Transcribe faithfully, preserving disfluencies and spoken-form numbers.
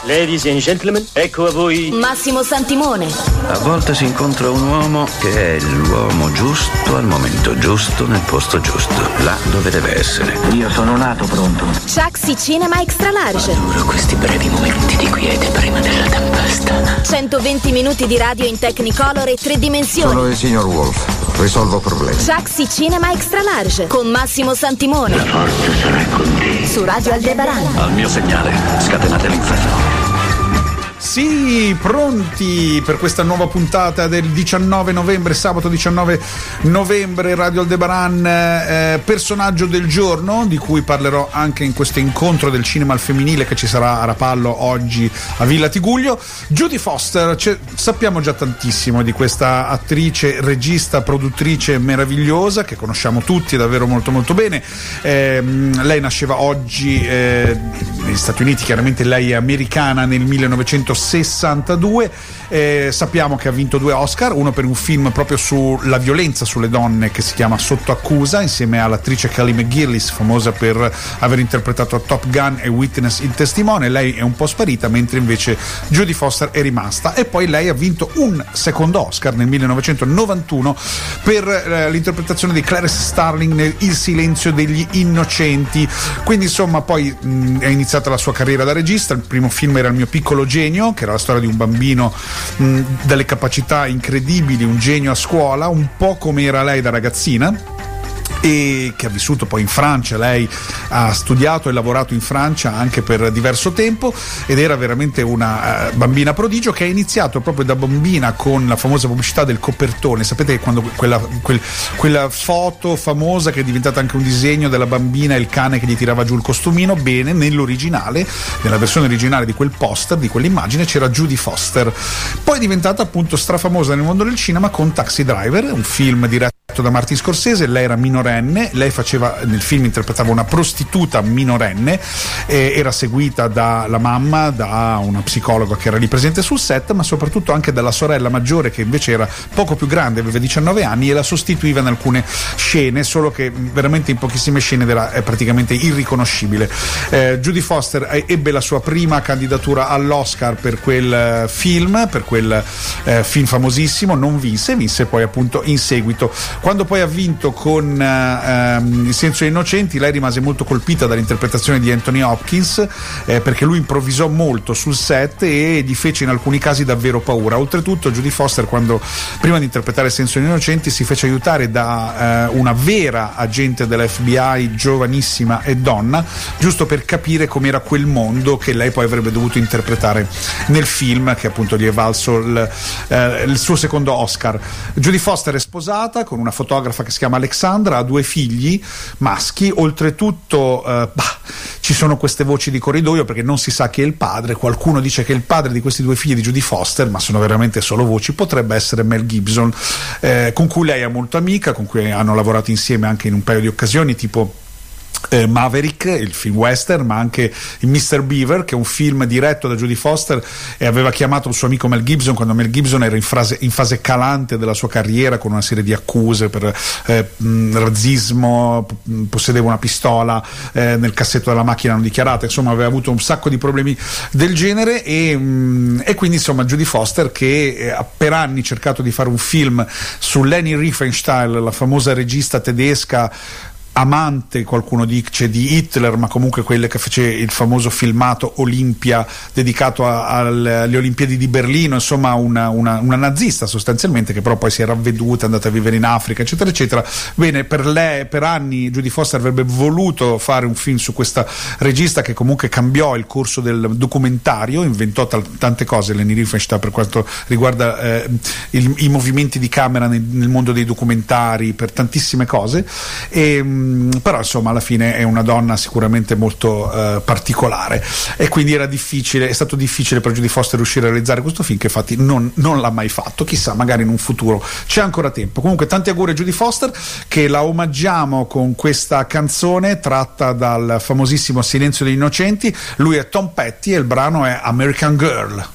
Ladies and gentlemen, ecco a voi Massimo Santimone. A volte si incontra un uomo che è l'uomo giusto al momento giusto nel posto giusto, là dove deve essere. Io sono nato pronto. Chaxi Cinema Extra Large. Adoro questi brevi momenti di quiete prima della tempesta. centoventi minuti di radio in Technicolor e tre dimensioni. Sono il signor Wolf, risolvo problemi. Chaxi Cinema Extra Large con Massimo Santimone. La forza sarà con te. Su Radio Aldebaran. Al mio segnale, scatenate l'inferno. Sì, pronti per questa nuova puntata del diciannove novembre, sabato diciannove novembre, Radio Aldebaran, eh, personaggio del giorno, di cui parlerò anche in questo incontro del cinema al femminile che ci sarà a Rapallo oggi a Villa Tiguglio. Jodie Foster, cioè, sappiamo già tantissimo di questa attrice, regista, produttrice meravigliosa che conosciamo tutti davvero molto molto bene. Eh, lei nasceva oggi eh, negli Stati Uniti, chiaramente lei è americana, nel millenovecentosessantadue. Eh, sappiamo che ha vinto due Oscar, uno per un film proprio sulla violenza sulle donne che si chiama Sotto accusa, insieme all'attrice Kelly McGillis, famosa per aver interpretato a Top Gun e Witness il testimone. Lei è un po' sparita, mentre invece Jodie Foster è rimasta. E poi lei ha vinto un secondo Oscar nel millenovecentonovantuno per eh, l'interpretazione di Clarice Starling nel Il silenzio degli innocenti. Quindi insomma poi mh, è iniziata la sua carriera da regista. Il primo film era Il mio piccolo genio, che era la storia di un bambino mh, dalle capacità incredibili, un genio a scuola, un po' come era lei da ragazzina, e che ha vissuto poi in Francia. Lei ha studiato e lavorato in Francia anche per diverso tempo ed era veramente una uh, bambina prodigio, che ha iniziato proprio da bambina con la famosa pubblicità del copertone. Sapete quando quella, quel, quella foto famosa che è diventata anche un disegno della bambina e il cane che gli tirava giù il costumino? Bene, nell'originale, nella versione originale di quel poster, di quell'immagine, c'era Jodie Foster. Poi è diventata appunto strafamosa nel mondo del cinema con Taxi Driver, un film diretto da Martin Scorsese. Lei era minorenne, lei faceva nel film, interpretava una prostituta minorenne, eh, era seguita dalla mamma, da una psicologa che era lì presente sul set, ma soprattutto anche dalla sorella maggiore, che invece era poco più grande, aveva diciannove anni, e la sostituiva in alcune scene, solo che veramente in pochissime scene era eh, praticamente irriconoscibile. eh, Jodie Foster eh, ebbe la sua prima candidatura all'Oscar per quel eh, film, per quel eh, film famosissimo, non vinse, vinse poi appunto in seguito. Quando poi ha vinto con ehm, Il silenzio degli innocenti, lei rimase molto colpita dall'interpretazione di Anthony Hopkins, eh, perché lui improvvisò molto sul set e gli fece in alcuni casi davvero paura. Oltretutto Jodie Foster, quando prima di interpretare Il silenzio degli innocenti, si fece aiutare da eh, una vera agente dell'F B I, giovanissima e donna, giusto per capire com'era quel mondo che lei poi avrebbe dovuto interpretare nel film, che appunto gli è valso il, eh, il suo secondo Oscar. Jodie Foster è sposata con una fotografa che si chiama Alexandra, ha due figli maschi. Oltretutto eh, bah, ci sono queste voci di corridoio, perché non si sa chi è il padre. Qualcuno dice che il padre di questi due figli di Jodie Foster, ma sono veramente solo voci, potrebbe essere Mel Gibson, eh, con cui lei è molto amica, con cui hanno lavorato insieme anche in un paio di occasioni, tipo Eh, Maverick, il film western, ma anche in mister Beaver, che è un film diretto da Jodie Foster, e aveva chiamato il suo amico Mel Gibson quando Mel Gibson era in, frase, in fase calante della sua carriera, con una serie di accuse per eh, mh, razzismo, mh, possedeva una pistola eh, nel cassetto della macchina non dichiarata, insomma aveva avuto un sacco di problemi del genere, e, mh, e quindi insomma Jodie Foster, che eh, ha per anni cercato di fare un film su Leni Riefenstahl, la famosa regista tedesca, amante, qualcuno dice, di Hitler, ma comunque quelle che fece il famoso filmato Olimpia, dedicato a, a, alle Olimpiadi di Berlino, insomma una, una, una nazista sostanzialmente, che però poi si è ravveduta, è andata a vivere in Africa, eccetera eccetera. Bene, per lei, per anni Jodie Foster avrebbe voluto fare un film su questa regista, che comunque cambiò il corso del documentario, inventò t- tante cose Leni Riefenstahl per quanto riguarda eh, il, i movimenti di camera nel, nel mondo dei documentari, per tantissime cose, e però insomma alla fine è una donna sicuramente molto eh, particolare, e quindi era difficile, è stato difficile per Jodie Foster riuscire a realizzare questo film, che infatti non, non l'ha mai fatto. Chissà, magari in un futuro, c'è ancora tempo. Comunque tanti auguri a Jodie Foster, che la omaggiamo con questa canzone tratta dal famosissimo Silenzio degli innocenti. Lui è Tom Petty e il brano è American Girl.